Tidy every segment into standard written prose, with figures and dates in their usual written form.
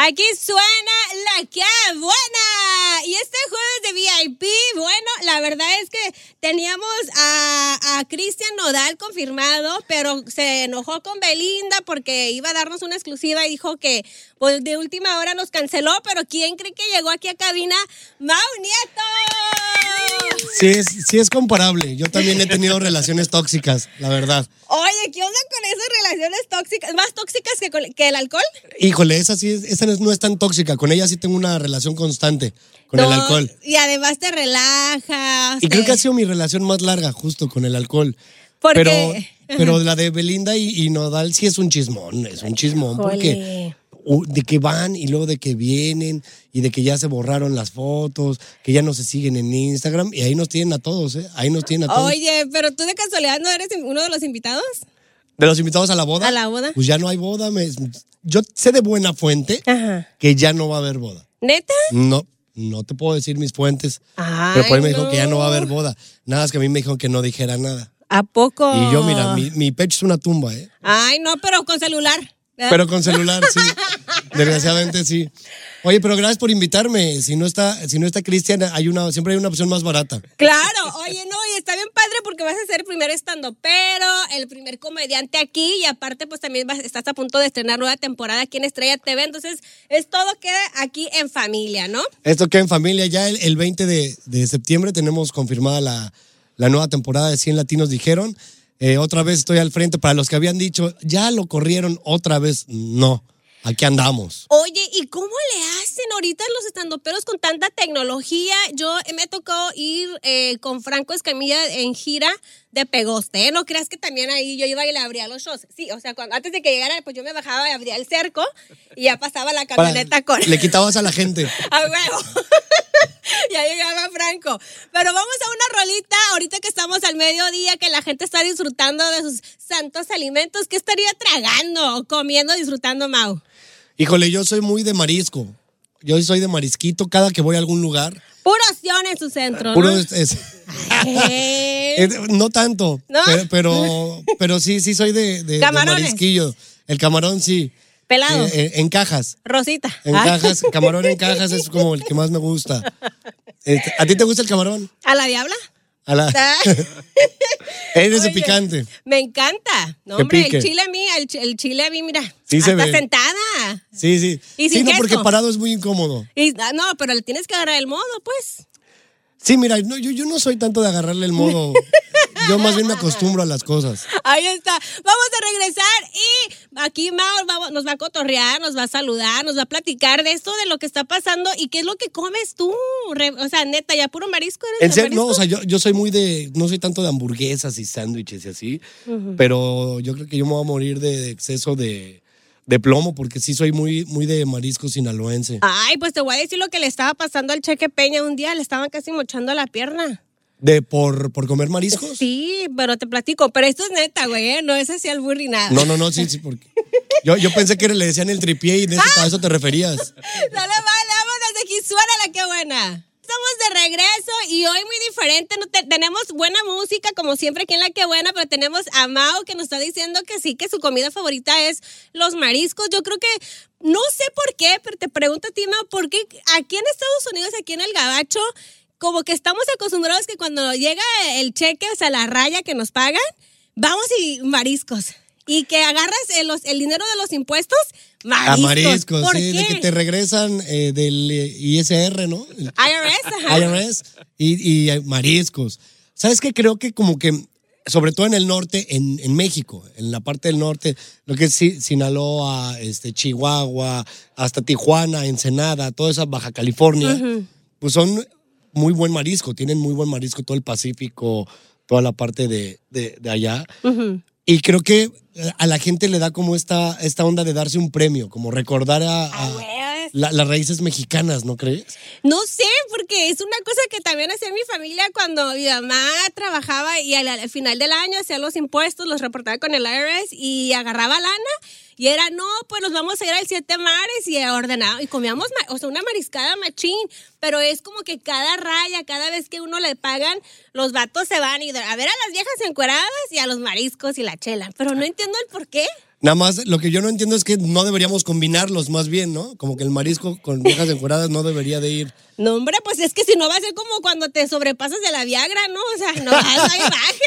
Aquí suena la que buena. Y este jueves de VIP, bueno, la verdad es que teníamos a Cristian Nodal confirmado, pero se enojó con Belinda porque iba a darnos una exclusiva y dijo que pues, de última hora nos canceló. Pero ¿quién cree que llegó aquí a cabina? ¡Mau Nieto! Sí es comparable. Yo también he tenido relaciones tóxicas, la verdad. Oye, ¿qué onda con esas relaciones tóxicas? ¿Más tóxicas que el alcohol? Híjole, esa no es tan tóxica. Con ella sí tengo una relación constante con el alcohol. Y además te relajas. Y creo que ha sido mi relación más larga justo con el alcohol. Pero la de Belinda y Nodal sí es un chismón. Es un chismón. Jole. Porque de que van y luego de que vienen y de que ya se borraron las fotos, que ya no se siguen en Instagram y ahí nos tienen a todos, ¿eh? Ahí nos tienen a todos. Oye, pero tú de casualidad no eres uno de los invitados. ¿De los invitados a la boda? ¿A la boda? Pues ya no hay boda. Yo sé de buena fuente que ya no va a haber boda. ¿Neta? No te puedo decir mis fuentes. Ay, pero por ahí me dijo que ya no va a haber boda. Nada, es que a mí me dijo que no dijera nada. ¿A poco? Y yo, mira, mi pecho es una tumba, ¿eh? Ay, no, pero con celular. Pero con celular, sí. Desgraciadamente, sí. Oye, pero gracias por invitarme. Si no está Cristian, siempre hay una opción más barata. Claro, oye, no, y está bien padre porque vas a ser el primer estandopero, el primer comediante aquí y aparte pues también estás a punto de estrenar nueva temporada aquí en Estrella TV, entonces todo queda aquí en familia, ¿no? Esto queda en familia. Ya el 20 de septiembre tenemos confirmada la nueva temporada de 100 Latinos Dijeron. Otra vez estoy al frente. Para los que habían dicho, ya lo corrieron otra vez, no. Aquí andamos. Oye, ¿y cómo le hacen ahorita los estandoperos con tanta tecnología? Yo me tocó ir con Franco Escamilla en gira de Pegoste, ¿eh? No creas que también ahí yo iba y le abría los shows. Sí, o sea, antes de que llegara, pues yo me bajaba y abría el cerco y ya pasaba la camioneta con... Le quitabas a la gente. ¡A huevo! Ya llegaba Franco. Pero vamos a una rolita, ahorita que estamos al mediodía, que la gente está disfrutando de sus santos alimentos. ¿Qué estaría tragando, comiendo, disfrutando, Mau? Híjole, yo soy muy de marisco. Yo soy de marisquito cada que voy a algún lugar. Pura opción en su centro, Puro ¿no? No tanto, ¿no? pero sí soy de marisquillo. El camarón sí. Pelado. En cajas. Rosita. En cajas, camarón en cajas es como el que más me gusta. ¿A ti te gusta el camarón? ¿A la diabla? Eres de picante. Me encanta. No, hombre, el chile a mí, mira, sí hasta sentada. Sí. Y sin queso. Porque parado es muy incómodo. No, pero le tienes que agarrar el modo, pues. Sí, mira, yo no soy tanto de agarrarle el modo. Yo más bien me acostumbro a las cosas. Ahí está. Vamos a regresar y aquí Mau nos va a cotorrear, nos va a saludar, nos va a platicar de esto, de lo que está pasando y qué es lo que comes tú. O sea, neta, ya puro marisco eres. ¿En serio? No, o sea, yo soy no soy tanto de hamburguesas y sándwiches y así, pero yo creo que yo me voy a morir de exceso de plomo, porque sí soy muy, muy de marisco sinaloense. Ay, pues te voy a decir lo que le estaba pasando al Cheque Peña un día, le estaban casi mochando la pierna. ¿Por comer mariscos? Sí, pero te platico, pero esto es neta, güey, ¿eh? No es así albur ni nada. No, sí, porque yo pensé que le decían el tripié y a eso te referías. Dale, vale, vámonos, aquí suena la que buena. Estamos de regreso y hoy muy diferente. Tenemos buena música, como siempre aquí en La Que Buena, pero tenemos a Mau que nos está diciendo que sí, que su comida favorita es los mariscos. Yo creo que, no sé por qué, pero te pregunto a ti, Mau, ¿por qué aquí en Estados Unidos, aquí en el Gabacho, como que estamos acostumbrados que cuando llega el cheque, o sea, la raya que nos pagan, vamos y mariscos? Y que agarras el dinero de los impuestos, mariscos. A mariscos, ¿Por sí, qué? de que te regresan del ISR, ¿no? IRS, ajá. IRS y mariscos. ¿Sabes qué? Creo que como que, sobre todo en el norte, en México, en la parte del norte, lo que es Sinaloa, Chihuahua, hasta Tijuana, Ensenada, toda esa Baja California, pues son muy buen marisco, tienen muy buen marisco, todo el Pacífico, toda la parte de allá. Y creo que a la gente le da como esta onda de darse un premio, como recordar las raíces mexicanas, ¿no crees? No sé, porque es una cosa que también hacía mi familia cuando mi mamá trabajaba y al final del año hacía los impuestos, los reportaba con el IRS y agarraba lana. Y era, no, pues nos vamos a ir al Siete Mares y ordenado. Y comíamos, una mariscada machín. Pero es como que cada raya, cada vez que uno le pagan, los vatos se van a ver a las viejas encueradas y a los mariscos y la chela. Pero no entiendo el por qué. Nada más, lo que yo no entiendo es que no deberíamos combinarlos más bien, ¿no? Como que el marisco con viejas encueradas no debería de ir. No, hombre, pues es que si no va a ser como cuando te sobrepasas de la Viagra, ¿no? O sea, no hay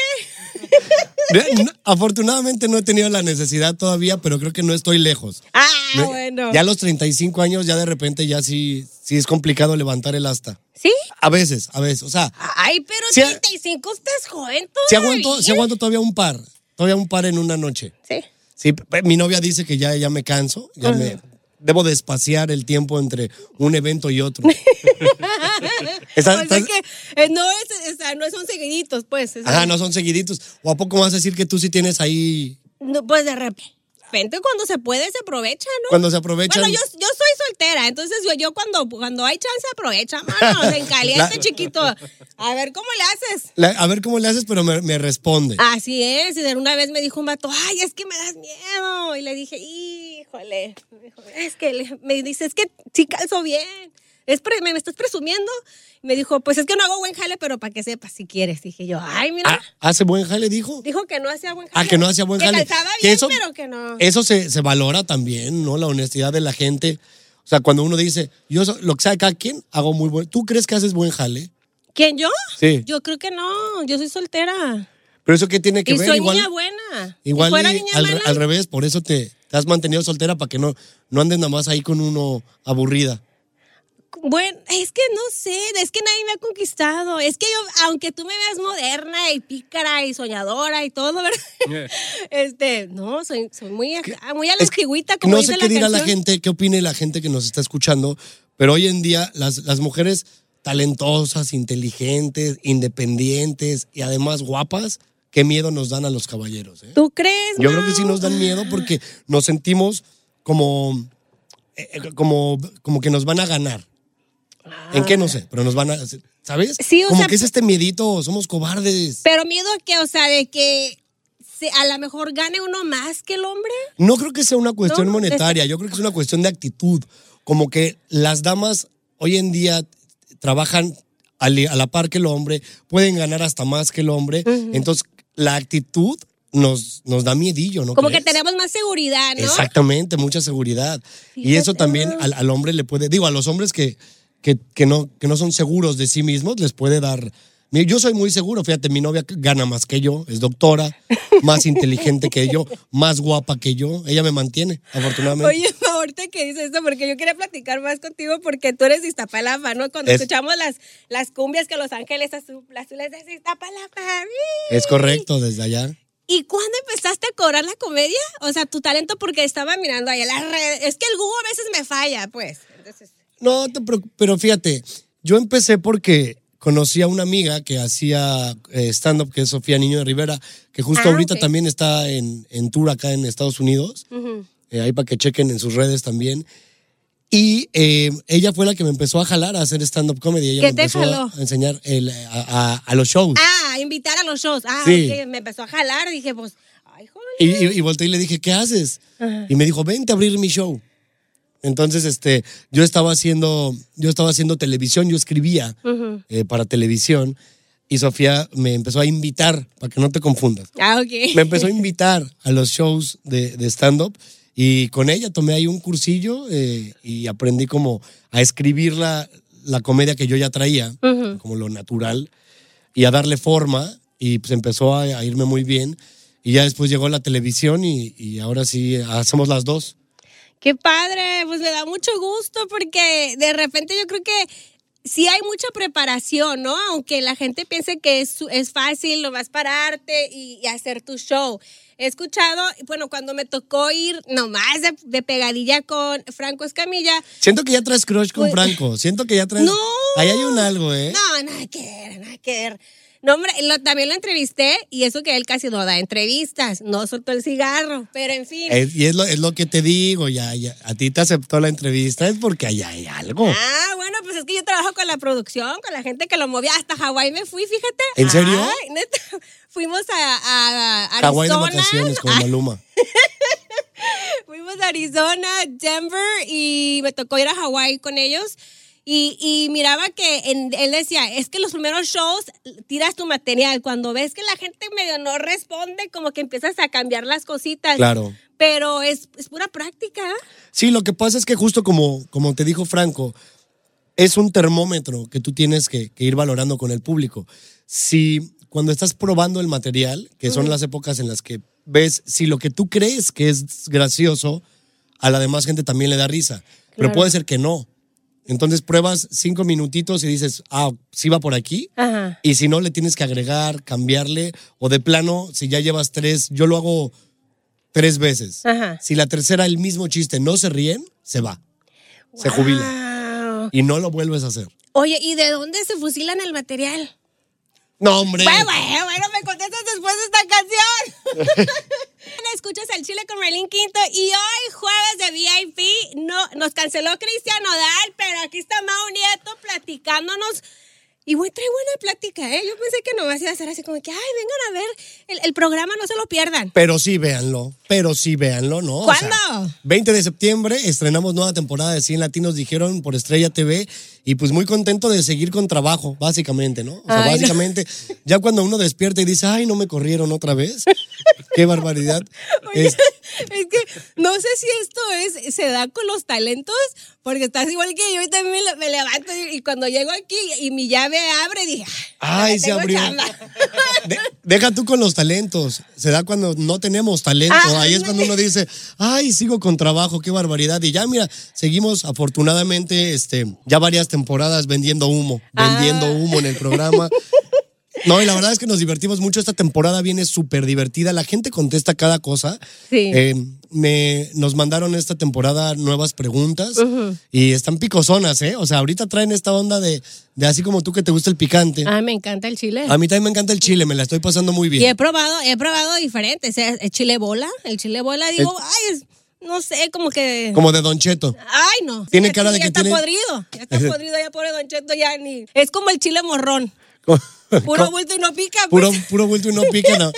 baje. Afortunadamente no he tenido la necesidad todavía, pero creo que no estoy lejos. Bueno. Ya a los 35 años, ya de repente ya sí es complicado levantar el asta. ¿Sí? A veces, o sea. Ay, pero sí, 35 estás joven todavía. Sí aguanto todavía un par en una noche. Sí. Sí, mi novia dice que ya me canso, debo de espaciar el tiempo entre un evento y otro. O sea que no son seguiditos, pues. Ajá, no son seguiditos. ¿O a poco vas a decir que tú sí tienes ahí? No, pues de repente cuando se puede se aprovecha, ¿no? Cuando se aprovecha. Bueno, yo soy soltera, entonces yo cuando hay chance aprovecha, mano, en caliente, chiquito. A ver cómo le haces. A ver cómo le haces, pero me responde. Así es, y de una vez me dijo un vato, ay, es que me das miedo. Y le dije, híjole, me dice, es que sí calzo bien. ¿Me estás presumiendo? Y me dijo, pues es que no hago buen jale, pero para que sepas si quieres. Dije yo, ay, mira. ¿Hace buen jale, dijo? Dijo que no hacía buen jale. Que no hacía buen jale. Que calzaba bien, pero que no. Eso se valora también, ¿no? La honestidad de la gente. O sea, cuando uno dice, yo lo que sea cada quien, hago muy buen. ¿Tú crees que haces buen jale? ¿Quién, yo? Sí. Yo creo que no, yo soy soltera. Pero eso qué tiene que ver. Y soy niña buena. Igual si fuera niña al revés, por eso te has mantenido soltera para que no andes nada más ahí con uno aburrida. Bueno, es que no sé, es que nadie me ha conquistado. Es que yo, aunque tú me veas moderna y pícara y soñadora y todo, ¿verdad? No, soy muy a la antigüita, como dice la canción. No sé qué dirá la gente, qué opine la gente que nos está escuchando, pero hoy en día las mujeres talentosas, inteligentes, independientes y además guapas, qué miedo nos dan a los caballeros, ¿eh? ¿Tú crees? Yo creo que sí nos dan miedo porque nos sentimos como que nos van a ganar. ¿En qué? No sé, pero nos van a... ¿Sabes? Sí, como que es este miedito, somos cobardes. Pero miedo a que, o sea, de que a lo mejor gane uno más que el hombre. No creo que sea una cuestión monetaria, yo creo que es una cuestión de actitud. Como que las damas hoy en día trabajan a la par que el hombre, pueden ganar hasta más que el hombre. Entonces, la actitud nos da miedillo, ¿no? Como ¿crees? que tenemos más seguridad, ¿no? Exactamente, mucha seguridad. Fíjate. Y eso también al hombre le puede... Digo, a los hombres que no son seguros de sí mismos, les puede dar... Yo soy muy seguro, fíjate, mi novia gana más que yo, es doctora, más inteligente que yo, más guapa que yo, ella me mantiene, afortunadamente. Oye, ahorita que dices esto, porque yo quería platicar más contigo porque tú eres de Iztapalapa, ¿no? Cuando escuchamos las cumbias que Los Ángeles Azules de Iztapalapa. Es correcto, desde allá. ¿Y cuándo empezaste a cobrar la comedia? O sea, tu talento, porque estaba mirando ahí en las redes. Es que el Google a veces me falla, pues. Entonces... No, pero fíjate, yo empecé porque conocí a una amiga que hacía stand-up, que es Sofía Niño de Rivera, que justo ahorita también está en tour acá en Estados Unidos. Ahí para que chequen en sus redes también. Y ella fue la que me empezó a jalar a hacer stand-up comedy. Ella ¿Qué me te empezó jaló? a enseñar a los shows. A invitar a los shows. Sí. Okay. Me empezó a jalar. Dije, pues, ay, joder. Y volteé y le dije, ¿qué haces? Y me dijo, vente a abrir mi show. Entonces, yo estaba haciendo televisión, yo escribía para televisión y Sofía me empezó a invitar, para que no te confundas. Ok. Me empezó a invitar a los shows de stand-up y con ella tomé ahí un cursillo y aprendí como a escribir la comedia que yo ya traía, como lo natural, y a darle forma y pues empezó a irme muy bien. Y ya después llegó la televisión y ahora sí hacemos las dos. ¡Qué padre! Pues me da mucho gusto porque de repente yo creo que sí hay mucha preparación, ¿no? Aunque la gente piense que es fácil nomás pararte y hacer tu show. He escuchado, bueno, cuando me tocó ir nomás de pegadilla con Franco Escamilla. Siento que ya traes crush con Franco. Siento que ya traes... No. Ahí hay un algo, ¿eh? No, nada que ver. No, hombre, también lo entrevisté y eso que él casi no da entrevistas, no soltó el cigarro, pero en fin. Y es lo que te digo, ya, a ti te aceptó la entrevista, es porque allá hay algo. Bueno, pues es que yo trabajo con la producción, con la gente que lo movía, hasta Hawái me fui, fíjate. ¿En serio? Ay, neta, fuimos a Arizona. Hawái de vacaciones con Maluma. Fuimos a Arizona, Denver y me tocó ir a Hawái con ellos. Y miraba que él decía, es que los primeros shows tiras tu material. Cuando ves que la gente medio no responde, como que empiezas a cambiar las cositas. Claro. pero es pura práctica. Sí, lo que pasa es que justo como te dijo Franco, es un termómetro que tú tienes que ir valorando con el público. Si cuando estás probando el material, que son las épocas en las que ves si lo que tú crees que es gracioso, a la demás gente también le da risa. Pero Claro. puede ser que no. Entonces pruebas 5 minutitos y dices, sí va por aquí. Ajá. Y si no, le tienes que agregar, cambiarle. O de plano, si ya llevas 3, yo lo hago 3 veces. Ajá. Si la tercera, el mismo chiste, no se ríen, se va. Se jubila. Wow. Y no lo vuelves a hacer. Oye, ¿y de dónde se fusilan el material? No, hombre. Bueno, me contestas después de esta canción. Escuchas El Chile con Raylene Quinto y hoy, jueves de VIP, nos canceló Cristian Nodal, pero aquí está Mau Nieto platicándonos. Y trae buena plática, ¿eh? Yo pensé que nomás iba a ser así como que, vengan a ver el programa, no se lo pierdan. Pero sí véanlo, ¿no? ¿Cuándo? O sea, 20 de septiembre estrenamos nueva temporada de 100 Latinos, dijeron por Estrella TV, y pues muy contento de seguir con trabajo, básicamente, ¿no? O sea, básicamente, ya cuando uno despierta y dice, no me corrieron otra vez, qué barbaridad. Oye, es que no sé si esto se da con los talentos, porque estás igual que yo y también me levanto y cuando llego aquí y mi llave abre, dije, Se tengo abrió. chamba. Deja tú con los talentos. Se da cuando no tenemos talento. Ahí es cuando uno dice, sigo con trabajo, qué barbaridad. Y ya, mira, seguimos afortunadamente ya varias temporadas vendiendo humo en el programa. No, y la verdad es que nos divertimos mucho. Esta temporada viene súper divertida. La gente contesta cada cosa. Sí. Nos mandaron esta temporada nuevas preguntas y están picosonas, ¿eh? O sea, ahorita traen esta onda de así como tú que te gusta el picante. Me encanta el chile. A mí también me encanta el chile, me la estoy pasando muy bien. Y he probado diferentes. El chile bola, digo, no sé, como que... Como de Don Cheto. No. Tiene Sí, cara de ya que está tiene... podrido. Ya está podrido, ya pobre Don Cheto, ya ni... Es como el chile morrón. Puro bulto y no pica. Pues. Puro bulto y no pica, no.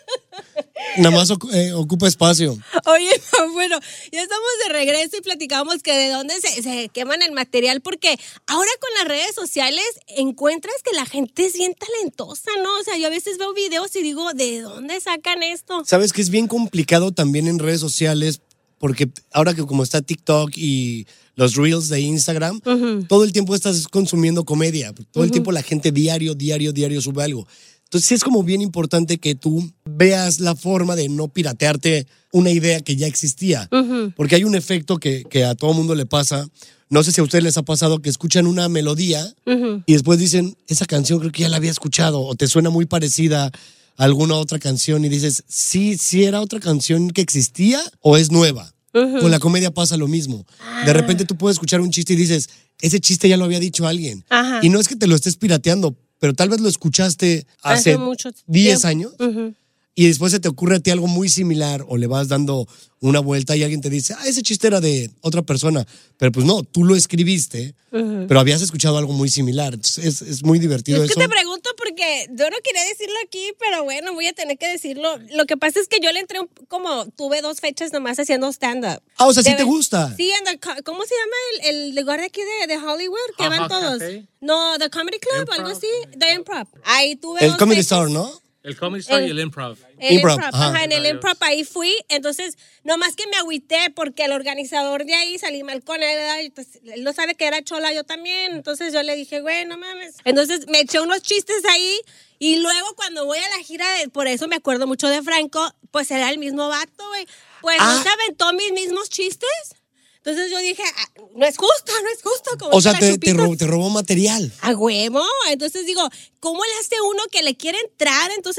Nada más ocupa espacio. Oye, bueno, ya estamos de regreso y platicamos que de dónde se queman el material, porque ahora con las redes sociales encuentras que la gente es bien talentosa, ¿no? O sea, yo a veces veo videos y digo, ¿de dónde sacan esto? Sabes que es bien complicado también en redes sociales, porque ahora que como está TikTok y los Reels de Instagram, todo el tiempo estás consumiendo comedia. Todo el tiempo la gente diario sube algo. Entonces sí es como bien importante que tú veas la forma de no piratearte una idea que ya existía. Porque hay un efecto que a todo mundo le pasa. No sé si a ustedes les ha pasado que escuchan una melodía y después dicen, esa canción creo que ya la había escuchado, o te suena muy parecida a alguna otra canción y dices, sí era otra canción que existía o es nueva. Con la comedia pasa lo mismo. De repente tú puedes escuchar un chiste y dices, ese chiste ya lo había dicho alguien. Ajá. Y no es que te lo estés pirateando, pero tal vez lo escuchaste hace mucho 10 tiempo. años y después se te ocurre a ti algo muy similar o le vas dando una vuelta y alguien te dice, ese chiste era de otra persona. Pero pues no, tú lo escribiste, pero habías escuchado algo muy similar. Entonces es muy divertido Es que eso. te pregunto porque yo no quería decirlo aquí, pero bueno, voy a tener que decirlo. Lo que pasa es que yo le entré tuve 2 fechas nomás haciendo stand-up. O sea, ¿sí te gusta? Sí, ¿cómo se llama el lugar de aquí de Hollywood? Que van todos. Café. No, The Comedy Club, Improv. algo así. The Improv. Ahí tuve El 2 Comedy fechas. Store, ¿no? El Comedy Store y el Improv. El Improv, Improv, ajá. en el Improv ahí fui, entonces nomás que me agüité porque el organizador de ahí salí mal con él, ¿verdad? Y pues él no sabe que era chola, yo también, entonces yo le dije, güey, no mames. Entonces me eché unos chistes ahí y luego cuando voy a la gira, por eso me acuerdo mucho de Franco, pues era el mismo vato, güey. Pues no se aventó mis mismos chistes. Entonces yo dije, no es justo. Como O sea, dice la te Chupita. robó material. A huevo. Entonces digo, ¿cómo le hace uno que le quiere entrar entonces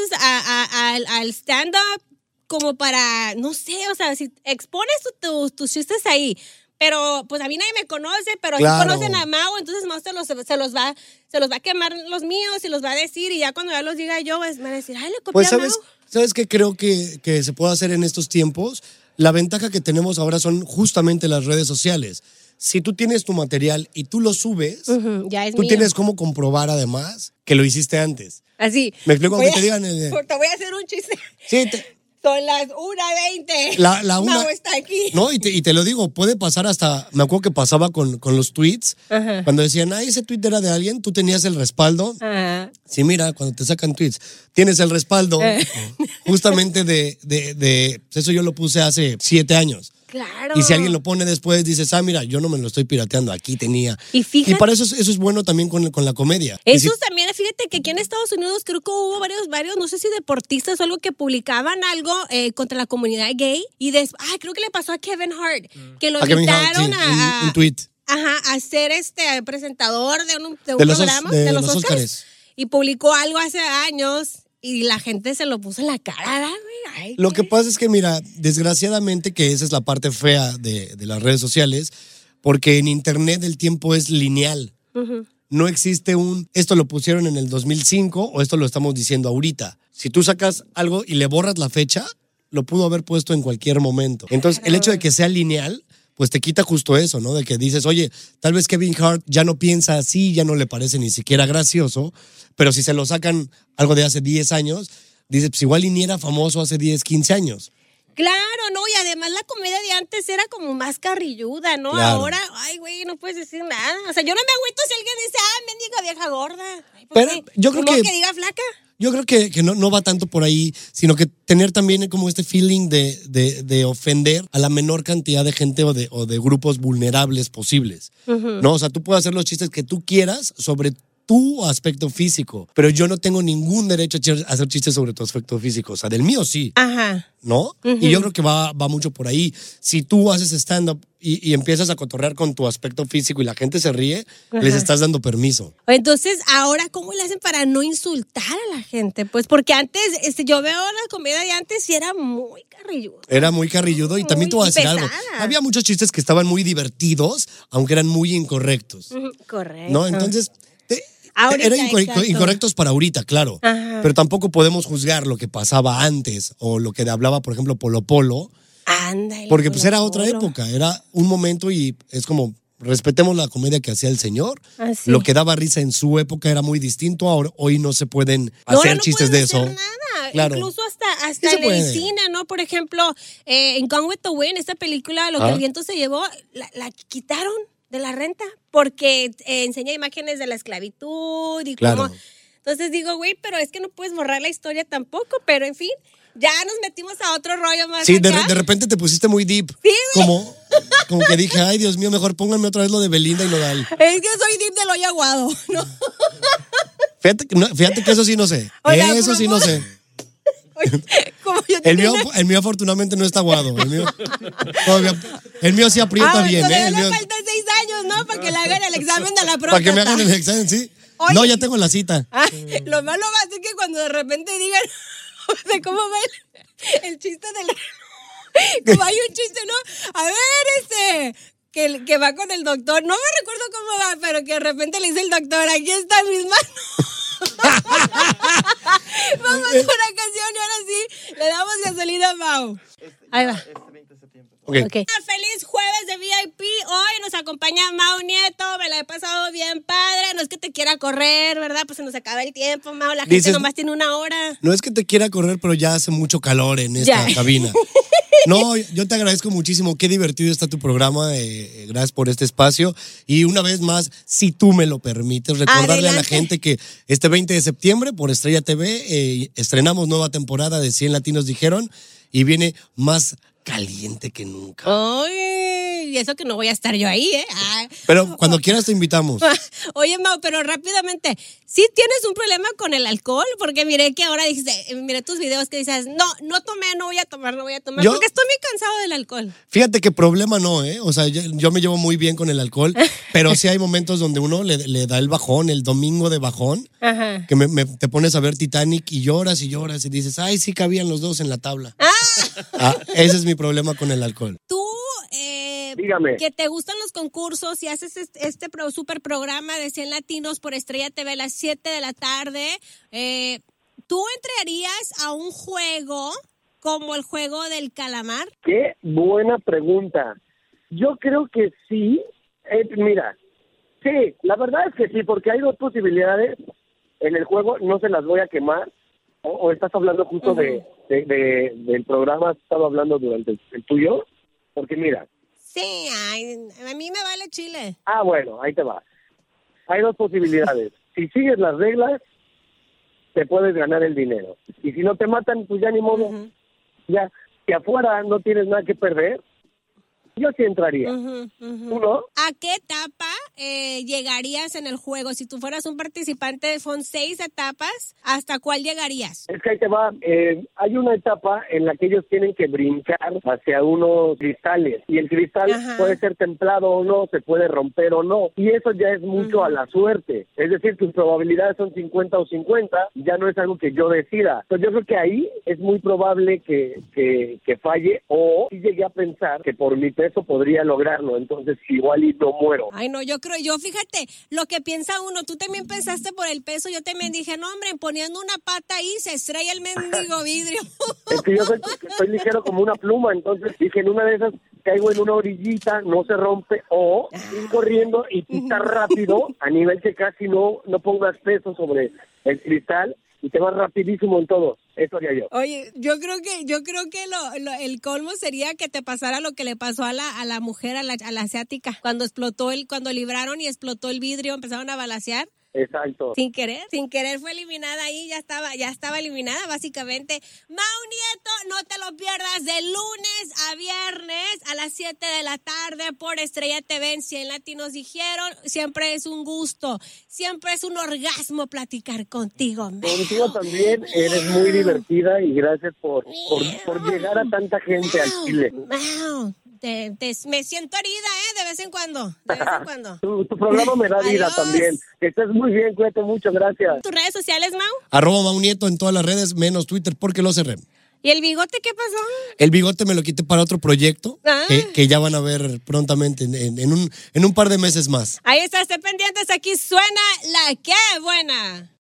al stand-up como para, no sé, o sea, si expones tus chistes ahí, pero pues a mí nadie me conoce, pero Claro. sí conocen a Mau, entonces Mau se los va a quemar los míos y los va a decir y ya cuando ya los diga yo, pues, me va a decir, le copié Pues a Mau. ¿sabes qué creo que se puede hacer en estos tiempos? La ventaja que tenemos ahora son justamente las redes sociales. Si tú tienes tu material y tú lo subes, Ya es tú mío. tienes cómo comprobar además que lo hiciste antes. Así. Me explico Voy que te a- digan. Te voy a hacer un chiste. Sí, Son las 1:20. La una, Mau está aquí. No, y te lo digo, puede pasar hasta, me acuerdo que pasaba con los tweets, cuando decían, ese tweet era de alguien, tú tenías el respaldo. Ajá. Sí, mira, cuando te sacan tweets, tienes el respaldo justamente de eso yo lo puse hace 7 años. Claro. Y si alguien lo pone después, dices, mira, yo no me lo estoy pirateando, aquí tenía. Y fíjate, para eso es bueno también con la comedia. Eso también, fíjate que aquí en Estados Unidos creo que hubo varios, no sé si deportistas o algo que publicaban algo contra la comunidad gay. Y creo que le pasó a Kevin Hart, que lo invitaron a un tweet. Ajá, a ser presentador de un de programa de los Oscars. Y publicó algo hace años y la gente se lo puso en la cara, güey. Lo que pasa es que, mira, desgraciadamente que esa es la parte fea de las redes sociales, porque en internet el tiempo es lineal. No existe esto lo pusieron en el 2005 o esto lo estamos diciendo ahorita. Si tú sacas algo y le borras la fecha, lo pudo haber puesto en cualquier momento. Entonces, el hecho de que sea lineal, pues te quita justo eso, ¿no? De que dices, oye, tal vez Kevin Hart ya no piensa así, ya no le parece ni siquiera gracioso, pero si se lo sacan algo de hace 10 años, dices, pues igual ni era famoso hace 10, 15 años. Claro, no, y además la comedia de antes era como más carrilluda, ¿no? Claro. Ahora, güey, no puedes decir nada. O sea, yo no me agüito si alguien dice, mendiga vieja gorda. Pero yo creo que diga flaca. Yo creo que no va tanto por ahí, sino que tener también como este feeling de ofender a la menor cantidad de gente o de grupos vulnerables posibles, ¿no? O sea, tú puedes hacer los chistes que tú quieras sobre tu aspecto físico, pero yo no tengo ningún derecho a hacer chistes sobre tu aspecto físico. O sea, del mío sí. Ajá. ¿No? Y yo creo que va mucho por ahí. Si tú haces stand-up y empiezas a cotorrear con tu aspecto físico y la gente se ríe, les estás dando permiso. Entonces, ahora, ¿cómo le hacen para no insultar a la gente? Pues porque antes, yo veo la comedia de antes y era muy carrilludo. Era muy carrilludo y también te voy a decir pesada. algo. Había muchos chistes que estaban muy divertidos, aunque eran muy incorrectos. Correcto. ¿No? Entonces, eran incorrectos para ahorita, claro. Ajá. Pero tampoco podemos juzgar lo que pasaba antes o lo que hablaba, por ejemplo, Polo Polo. Ándale. Porque pues era otra época, era un momento y es como, respetemos la comedia que hacía el señor. Así. Lo que daba risa en su época era muy distinto, ahora hoy no se pueden hacer chistes de eso. Nada. Claro. Incluso hasta en el cine, ¿no? Por ejemplo, en Gone with the Wind, esta película, Lo que el viento se llevó, la quitaron de la renta porque enseña imágenes de la esclavitud y cómo. Entonces digo, güey, pero es que no puedes borrar la historia tampoco, pero en fin, ya nos metimos a otro rollo más. Sí, acá. de repente te pusiste muy deep. Sí, como que dije, ay, Dios mío, mejor pónganme otra vez lo de Belinda y Nodal. Es que soy deep del hoyo aguado, ¿no? Fíjate que eso sí no sé. Oiga, eso sí no sé. Oye, como yo El mío afortunadamente no está aguado. El mío sí aprieta bien. Todavía El le mío, faltan 6 años, ¿no? Para que le hagan el examen de la próstata. para que me hagan el examen, sí. Oye. No, ya tengo la cita. Lo malo va a ser que cuando de repente digan, o sea, ¿cómo va el chiste del... Como hay un chiste, ¿no? A ver, que va con el doctor. No me recuerdo cómo va, pero que de repente le dice el doctor, aquí están mis manos. Vamos a una canción y ahora sí le damos gasolina a Mau. Ahí va. Okay. Feliz jueves de VIP. Hoy nos acompaña Mau Nieto. Me la he pasado bien padre. No es que te quiera correr, ¿verdad? Pues se nos acaba el tiempo, Mau. La gente nomás tiene 1 hora. No es que te quiera correr, pero ya hace mucho calor en esta cabina. No, yo te agradezco muchísimo. Qué divertido está tu programa. Gracias por este espacio. Y una vez más, si tú me lo permites, recordarle a la gente que este 20 de septiembre por Estrella TV estrenamos nueva temporada de 100 Latinos Dijeron y viene más caliente que nunca. Oye, y eso que no voy a estar yo ahí, ¿eh? Pero cuando quieras te invitamos. Oye, Mau, pero rápidamente, ¿sí tienes un problema con el alcohol? Porque miré que ahora dijiste, miré tus videos que dices, no tomé, no voy a tomar, porque estoy muy cansado del alcohol. Fíjate que problema no, ¿eh? O sea, yo me llevo muy bien con el alcohol, pero sí hay momentos donde uno le da el bajón, el domingo de bajón, Ajá. que te pones a ver Titanic y lloras y dices, ay, sí cabían los dos en la tabla. Ese es mi problema con el alcohol. Tú, dígame, que te gustan los concursos y haces este super programa de 100 Latinos por Estrella TV a las 7 de la tarde, ¿tú entrarías a un juego como el juego del calamar? qué buena pregunta. Yo creo que sí. Mira, sí, la verdad es que sí, porque hay 2 posibilidades en el juego, no se las voy a quemar, o estás hablando justo de del programa has estado hablando durante el tuyo? Porque mira. Sí, ay, a mí me vale chile. Ah, bueno, ahí te va. Hay dos posibilidades. Si sigues las reglas, te puedes ganar el dinero. Y si no te matan, pues ya ni modo. Uh-huh. Ya, si afuera no tienes nada que perder, yo sí entraría. Uh-huh, uh-huh. ¿Tú no? ¿A qué etapa llegarías en el juego? Si tú fueras un participante, son 6 etapas, ¿hasta cuál llegarías? Es que ahí te va. Hay una etapa en la que ellos tienen que brincar hacia unos cristales. Y el cristal Ajá. puede ser templado o no, se puede romper o no. Y eso ya es mucho a la suerte. Es decir, tus probabilidades son 50 o 50. Ya no es algo que yo decida. Entonces yo creo que ahí es muy probable que falle. O si llegué a pensar que por mi peso podría lograrlo. Entonces igual y no muero. Ay, no, yo fíjate, lo que piensa uno, tú también pensaste por el peso, yo también dije, no, hombre, poniendo una pata ahí se estrella el mendigo vidrio. Es que yo soy ligero como una pluma, entonces dije, en una de esas caigo en una orillita, no se rompe, o ir corriendo y pitar rápido, a nivel que casi no pongas peso sobre el cristal y te vas rapidísimo en todo. Eso haría yo. Oye, yo creo que el colmo sería que te pasara lo que le pasó a la mujer, a la asiática, cuando libraron y explotó el vidrio, empezaron a balacear. Exacto. Sin querer fue eliminada ahí, ya estaba eliminada básicamente. Mau Nieto, no te lo pierdas de lunes a viernes a las 7 de la tarde por Estrella TV en 100 Latinos Dijeron. Siempre es un gusto, siempre es un orgasmo platicar contigo, Mau. Contigo también, eres muy divertida y gracias por llegar a tanta gente al Chile. Mau, me siento herida, de vez en cuando. Tu programa me da vida. Adiós. También. Que estés muy bien, cuídate mucho, gracias. ¿Tus redes sociales, Mau? @Mau Nieto en todas las redes, menos Twitter, porque lo cerré. ¿Y el bigote qué pasó? El bigote me lo quité para otro proyecto que ya van a ver prontamente en un par de meses más. Ahí está, estén pendientes, aquí suena La Que Buena.